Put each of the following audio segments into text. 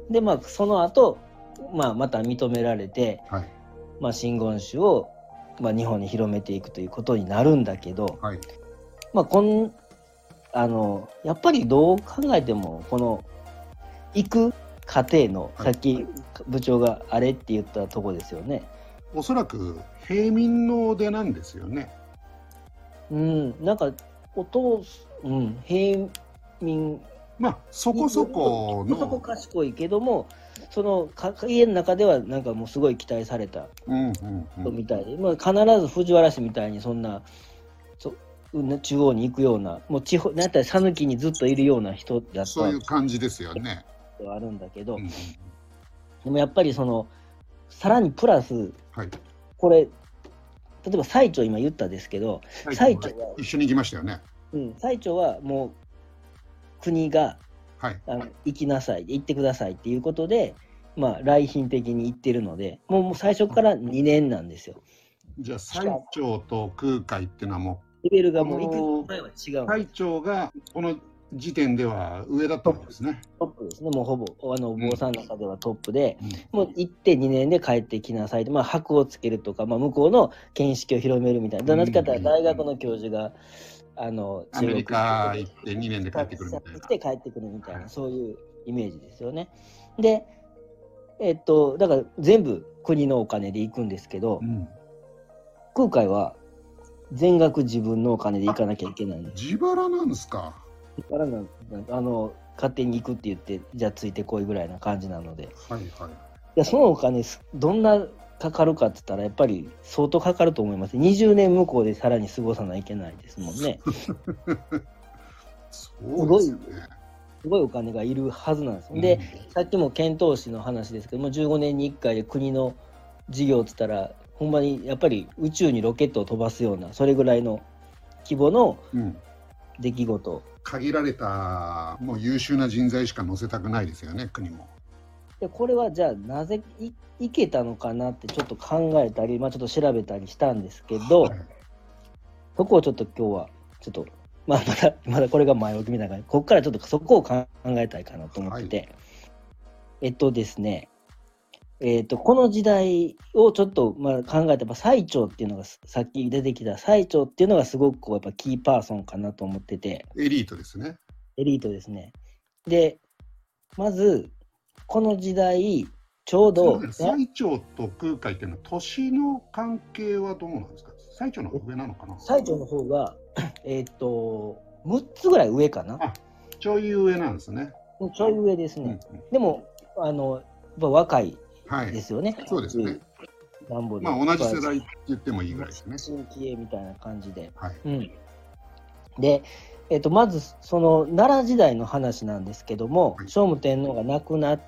でその後、また認められて、 はい、 真言宗を、日本に広めていくということになるんだけど、 はい、 やっぱりどう考えてもこの行く過程の、 はい、 さっき部長があれって言ったとこですよね。 おそらく平民の出なんですよね。 なんか平民、 そこそこのそこ賢いけども、その家の中ではなんかもうすごい期待された人みたいで、必ず藤原氏みたいにそんな中央に行くような、もう地方なんやったら讃岐にずっといるような人だったそういう感じですよね。 ではあるんだけど、でもやっぱりさらにプラス、 はい、 これ例えば最澄今言ったですけど、最澄は一緒に行きましたよね。 最澄はもう国が、 はい、 行きなさい行ってくださいっていうことで、来賓的に行ってるので、もう最初から2年なんですよ。 じゃあ最澄と空海っていうのはもうレベルがもう行く前は違う。 最澄がこの時点では上だったわけですね。 トップですね。もうほぼお坊さんの中ではトップで、もう行って2年で帰ってきなさいと、箔をつけるとか、向こうの見識を広めるみたいな。どっちかというと大学の教授がアメリカ行って2年で帰ってくるみたいな。 帰ってくるみたいな、そういうイメージですよね。で、だから全部国のお金で行くんですけど、空海は全額自分のお金で行かなきゃいけないんです。 自腹なんですか。 自腹勝手に行くって言ってじゃあついてこいぐらいな感じなので、そのお金どんなかかるかって言ったらやっぱり相当かかると思います。20年向こうでさらに過ごさないといけないですもんね。 そうですよね。 すごいお金がいるはずなんです。で、さっきも遣唐使の話ですけども、15年に1回で国の事業って言ったらほんまにやっぱり宇宙にロケットを飛ばすようなそれぐらいの規模の出来事、 限られたもう優秀な人材しか乗せたくないですよね、国も。 でこれはじゃあなぜいけたのかなってちょっと考えたり、ちょっと調べたりしたんですけど、そこをちょっと今日はちょっとまだこれが前置きみたいな感じ、ここからちょっとそこを考えたいかなと思ってて、ですね、この時代をちょっと考えて、最澄っていうのがさっき出てきた最澄っていうのがすごくやっぱキーパーソンかなと思ってて、 エリートですね。 エリートですね。でまずこの時代ちょうど最澄と空海っていうのは年の関係はどうなんですか。最澄の方が上なのかな。最澄の方が6つぐらい上かな。 ちょい上なんですね。 ちょい上ですね。でもやっぱ若いですよね。 そうですね。同じ世代って言ってもいいぐらいですね。 新規みたいな感じで。で、まずその奈良時代の話なんですけども、聖武天皇が亡くなって、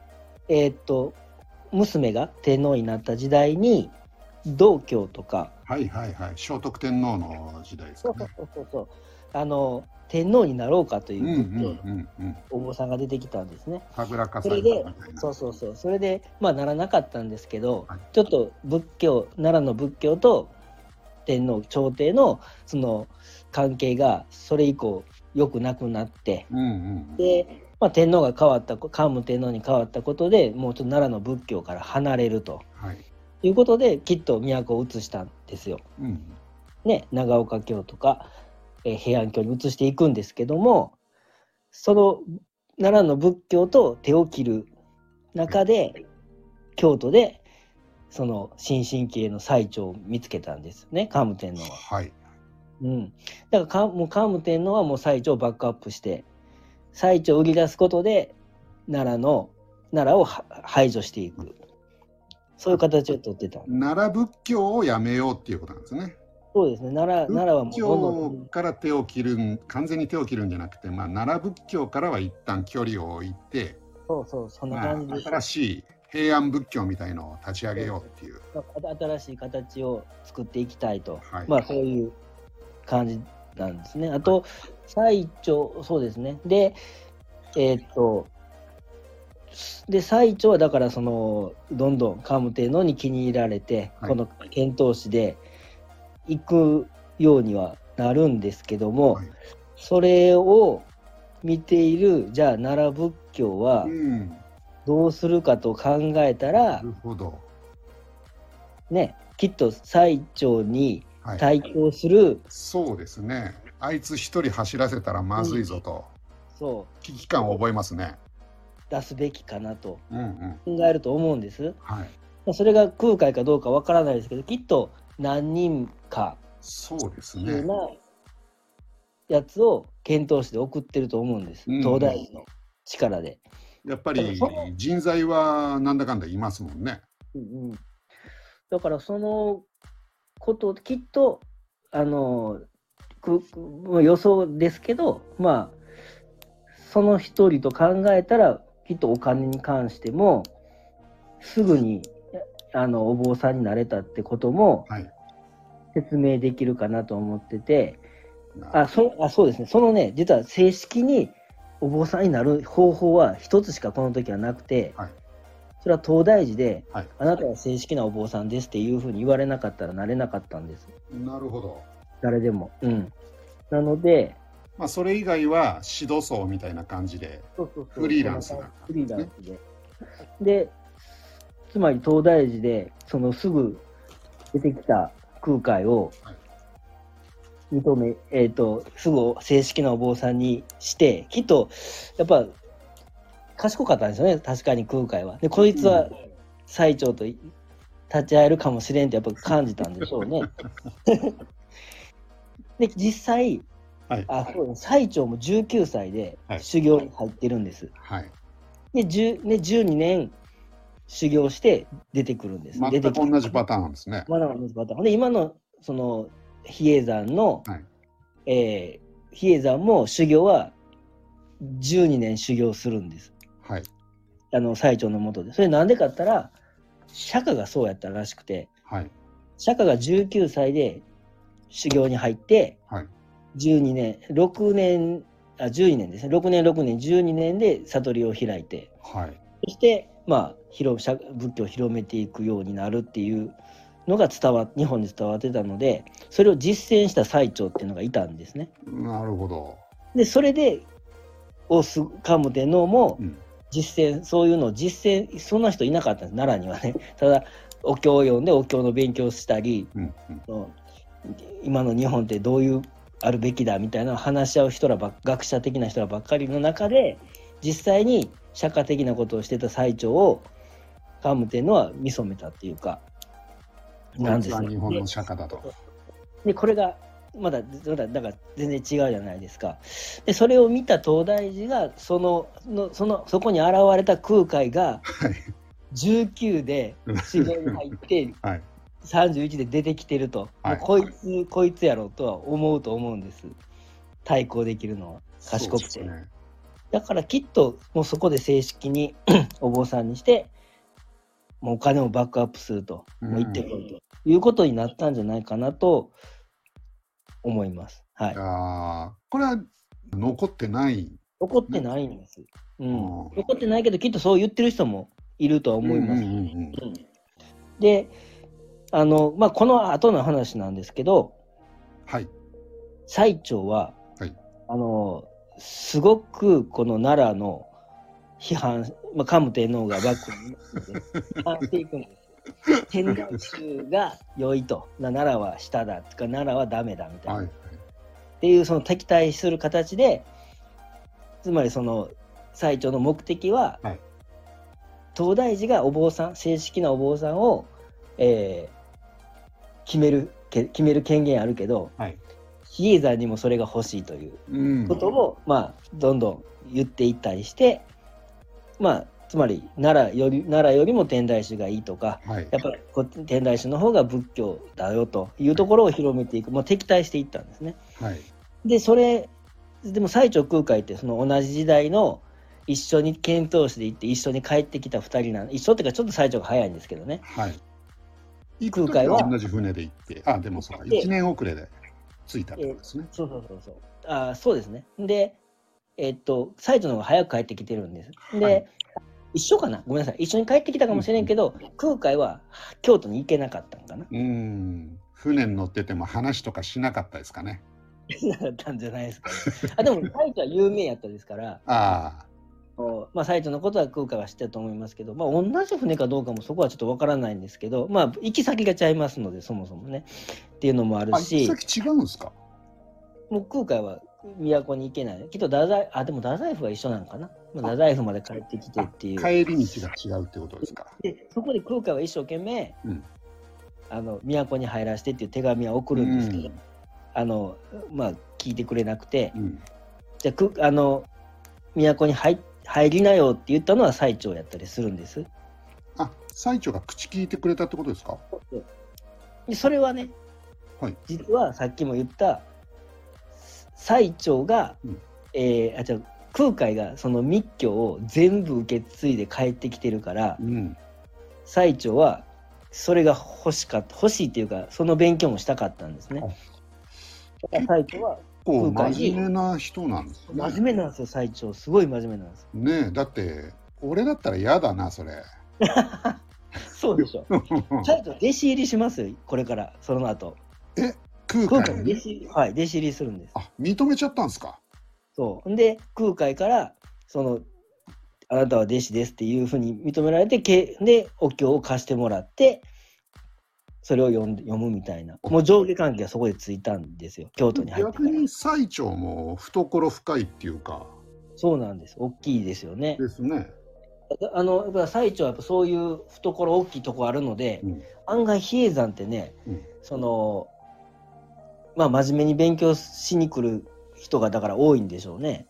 娘が天皇になった時代に道教とか、 聖徳天皇の時代ですかね。 そう天皇になろうかというお坊さんが出てきたんですね。それでそれでならなかったんですけど、ちょっと奈良の仏教と天皇朝廷のその関係がそれ以降良くなくなって、で、天皇が変わった桓武天皇に変わったことでもうちょっと奈良の仏教から離れると、いうことできっと都を移したんですよ。長岡京とか、平安京に移していくんですけども、その奈良の仏教と手を切る中で、京都でその新進気鋭の最澄を見つけたんですね、桓武天皇は。だからもう桓武天皇はもう最澄をバックアップして最澄を売り出すことで奈良を排除していく、そういう形をとってた。 奈良仏教をやめようっていうことなんですね。 そうですね。奈良はもう仏教から完全に手を切るんじゃなくて、奈良仏教からは一旦距離を置いて、 そんな感じで新しい平安仏教みたいのを立ち上げようっていう、 新しい形を作っていきたいと、そういう感じなんですね。あと、最澄、そうですね。で、最澄はだからどんどん桓武天皇に気に入られて、この遣唐使で行くようにはなるんですけども、それを見ているじゃあ奈良仏教はどうするかと考えたら、 なるほど。 ね、きっと最長に対抗する、 そうですね。あいつ一人走らせたらまずいぞと、 そう危機感を覚えますね。 出すべきかなと考えると思うんです。 はい。 それが空海かどうかわからないですけど、きっと何人かそうですね。 いうなやつを遣唐使で送ってると思うんです。東大寺の力で。 やっぱり人材はなんだかんだいますもんね。 だからそのこときっと予想ですけど、まあその一人と考えたらきっとお金に関してもすぐにお坊さんになれたってことも説明できるかなと思ってて、そうですね。そのね、実は正式にお坊さんになる方法は一つしかこの時はなくて、それは東大寺で、あなたは正式なお坊さんですっていうふうに言われなかったらなれなかったんです。 なるほど。 誰でも。なので、 まあそれ以外は指導層みたいな感じでフリーランスだったんですね。 で、つまり東大寺でそのすぐ出てきた空海を認め、すぐ正式なお坊さんにして、きっとやっぱ賢かったんですよね、確かに空海は。でこいつは最澄と立ち会えるかもしれんってやっぱ感じたんでしょうね。で実際、最澄も19歳で修行に入ってるんです。で12年修行して出てくるんです。 全く同じパターンなんですね。 同じパターンで今のその比叡山の、比叡山も修行は12年修行するんです。最澄のもとで。それなんでかって言ったら釈迦がそうやったらしくて、釈迦が19歳で修行に入って、12年6年12年ですね、6年12年で悟りを開いて、そしてまあ仏教を広めていくようになるっていうのが日本に伝わってたので、それを実践した最澄っていうのがいたんですね。 なるほど。 でそれで大須桓武天皇もそういうのを実践、そんな人いなかったんです、奈良にはね。ただお経を読んでお経の勉強したり、今の日本ってどういうあるべきだみたいな話し合う人ら学者的な人らばっかりの中で、実際に釈迦的なことをしてた最澄を桓武天皇は見初めたっていうかなんですね。日本の釈迦だと。 でこれがまだだから全然違うじゃないですか。でそれを見た東大寺がそこに現れた空海が19で修行に入って31で出てきてると、もうこいつやろとは思うと思うんです。対抗できるのは賢くて、だからきっともうそこで正式にお坊さんにしてもうお金もバックアップすると、もう行ってこいということになったんじゃないかなと思います。 これは残ってないんです。残ってないけどきっとそう言ってる人もいるとは思います。でこの後の話なんですけど、最澄は、すごくこの奈良の批判、桓武天皇が幕府に批判していくんです。天台宗が良いと、奈良は下だとか奈良はダメだみたいな、っていうその敵対する形で、つまりその最澄の目的は、東大寺が正式なお坊さんを、決める権限あるけど、比叡山にもそれが欲しいということを、どんどん言っていったりして、つまり奈良よりも天台宗がいいとか、やっぱり天台宗の方が仏教だよというところを広めていく、敵対していったんですね。でも最澄空海ってその同じ時代の一緒に遣唐使で行って一緒に帰ってきた2人一緒っていうかちょっと最澄が早いんですけどね。 空海は同じ船で行って、でもそうか、1年遅れで着いたってことですね。 そうですね。で、最澄の方が早く帰ってきてるんです。で、一緒かな、ごめんなさい、一緒に帰ってきたかもしれんけど、空海は京都に行けなかったのかな。 船に乗ってても話とかしなかったですかね。 しなかったんじゃないですかね。でも最澄は有名やったですから。 最長のことは空海が知ってると思いますけど、同じ船かどうかもそこはちょっとわからないんですけど、行き先が違いますので、そもそもねっていうのもあるし。 行き先違うんですか？ もう空海は都に行けない。きっとでも太宰府は一緒なのかな。太宰府まで帰ってきてっていう。 帰り道が違うってことですか。 で、そこで空海は一生懸命、都に入らせてっていう手紙は送るんですけど、聞いてくれなくて、じゃあ都に入りなよって言ったのは最澄やったりするんです。 最澄が口聞いてくれたってことですか？ でそれはね、実はさっきも言った最澄が、空海がその密教を全部受け継いで帰ってきてるから、最澄はそれが欲しいっていうか、その勉強もしたかったんですね。最澄は真面目な人なんですね。 真面目なんですよ、最澄。すごい真面目なんです。 ねえ、だって俺だったら嫌だな、それ。 そうでしょ。最澄弟子入りしますよ、これからその後。 空海に弟子入りするんです。 認めちゃったんですか？ そうで、空海からあなたは弟子ですっていうふうに認められて、でお経を貸してもらって、それを読むみたいな、もう上下関係がそこでついたんですよ、京都に入ってから。 逆に最澄も懐深いっていうか。 そうなんです、大きいですよね。 ですね。 やっぱ最澄はやっぱそういう懐大きいとこあるので、案外比叡山ってね、真面目に勉強しに来る人がだから多いんでしょうね。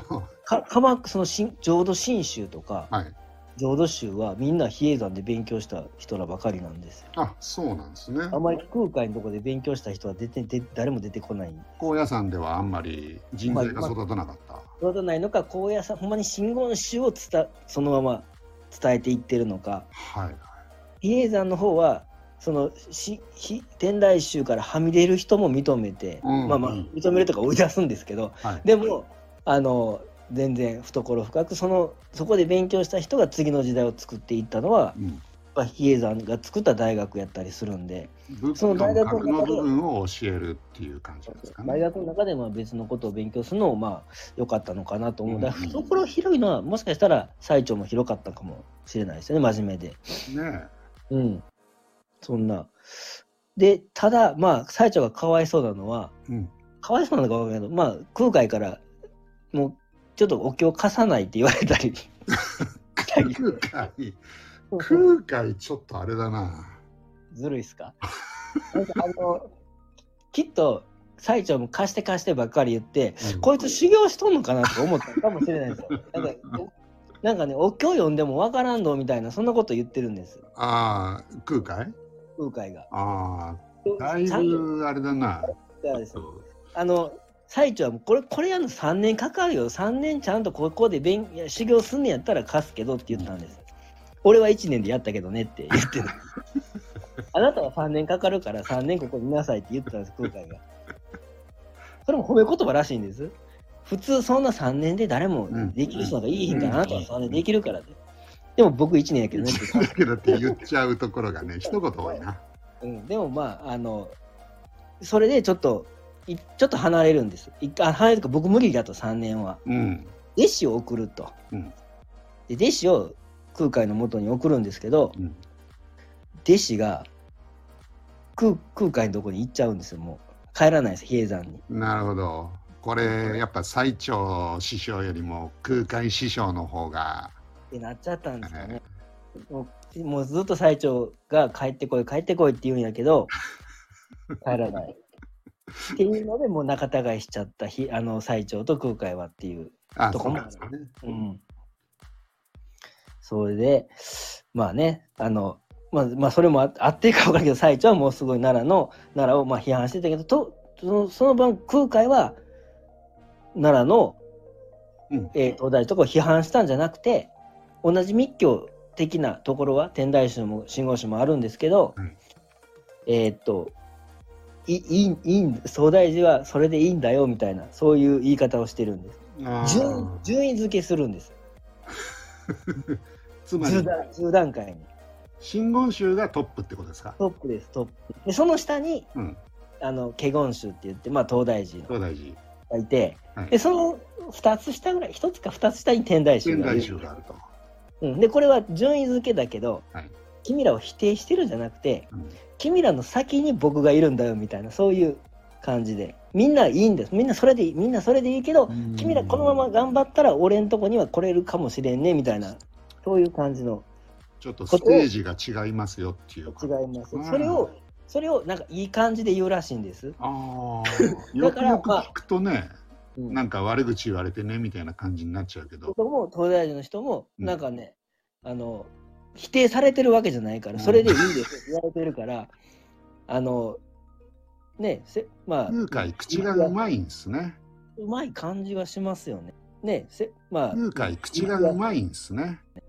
浄土真宗とか、浄土宗はみんな比叡山で勉強した人らばかりなんですよ。 そうなんですね。 あまり空海のところで勉強した人は誰も出てこない。 高野山ではあんまり人材が育たなかった。 育たないのか、高野山ほんまに真言宗をそのまま伝えていってるのか。比叡山の方は天台宗からはみ出る人も認めて、認めるとか追い出すんですけど、でも全然懐深くそこで勉強した人が次の時代を作っていったのは、比叡山が作った大学やったりするんで、 その大学の部分を教えるっていう感じですかね。 大学の中で別のことを勉強するのも良かったのかなと思う。だから懐広いのはもしかしたら最澄も広かったかもしれないですよね、真面目で。そんな。で、ただ最澄がかわいそうなのは、かわいそうなのか分からないけど、空海からもうちょっとお経貸さないって言われたり空海ちょっとあれだな。 ずるいっすか？きっと最澄も貸してばっかり言って、こいつ修行しとんのかなと思ったかもしれないですよ。なんかね、お経読んでもわからんのみたいな、そんなこと言ってるんです。 空海が。だいぶあれだな。 最澄はもうこれやるの3年かかるよ、3年ちゃんとここで修行すんねやったら貸すけどって言ったんです。俺は1年でやったけどねって言ってる。あなたは3年かかるから3年ここにいなさいって言ってたんです、空海が。それも褒め言葉らしいんです。普通そんな3年で誰もできる人がいいひんから、あなたは3年できるからで。でも僕1年やけどねって。 だけどって言っちゃうところがね、一言多いな。 でもそれでちょっと離れるんです。離れるか、僕無理だと3年は。弟子を送ると。で弟子を空海の元に送るんですけど、弟子が空海のとこに行っちゃうんですよ。もう帰らないです、比叡山に。 なるほど。これやっぱ最澄師匠よりも空海師匠の方がってなっちゃったんですよね。もうずっと最澄が帰ってこいって言うんやけど帰らないっていうので、もう仲違いしちゃった最澄と空海はっていうとこもある。それでそれもあってか分かるけど、最澄はもうすごい奈良を批判してたけど、その晩空海は奈良の、東大寺とかを批判したんじゃなくて、同じ密教的なところは天台宗も真言宗もあるんですけど、東大寺はそれでいいんだよみたいな、そういう言い方をしてるんです。順位付けするんです。 つまり 10段階に。 真言宗がトップってことですか？ トップです、トップ。でその下に、華厳宗って言って、東大寺がいて、でその 2つ下ぐらい、1つか2つ下に天台宗があると。 でこれは順位付けだけど、 はい、 君らを否定してるんじゃなくて、君らの先に僕がいるんだよみたいな、そういう感じで、みんないいんです、みんなそれでいいけど、君らこのまま頑張ったら俺んとこには来れるかもしれんねみたいな、そういう感じの。 ちょっとステージが違いますよっていう。 違います。それをなんかいい感じで言うらしいんです。 よくよく聞くとね、なんか悪口言われてねみたいな感じになっちゃうけど。 東大寺の人もなんかね、否定されてるわけじゃないから、それでいいですって言われてるから、ね、 空海口がうまいんですね。 うまい感じがしますよね。ね、 空海口がうまいんですね。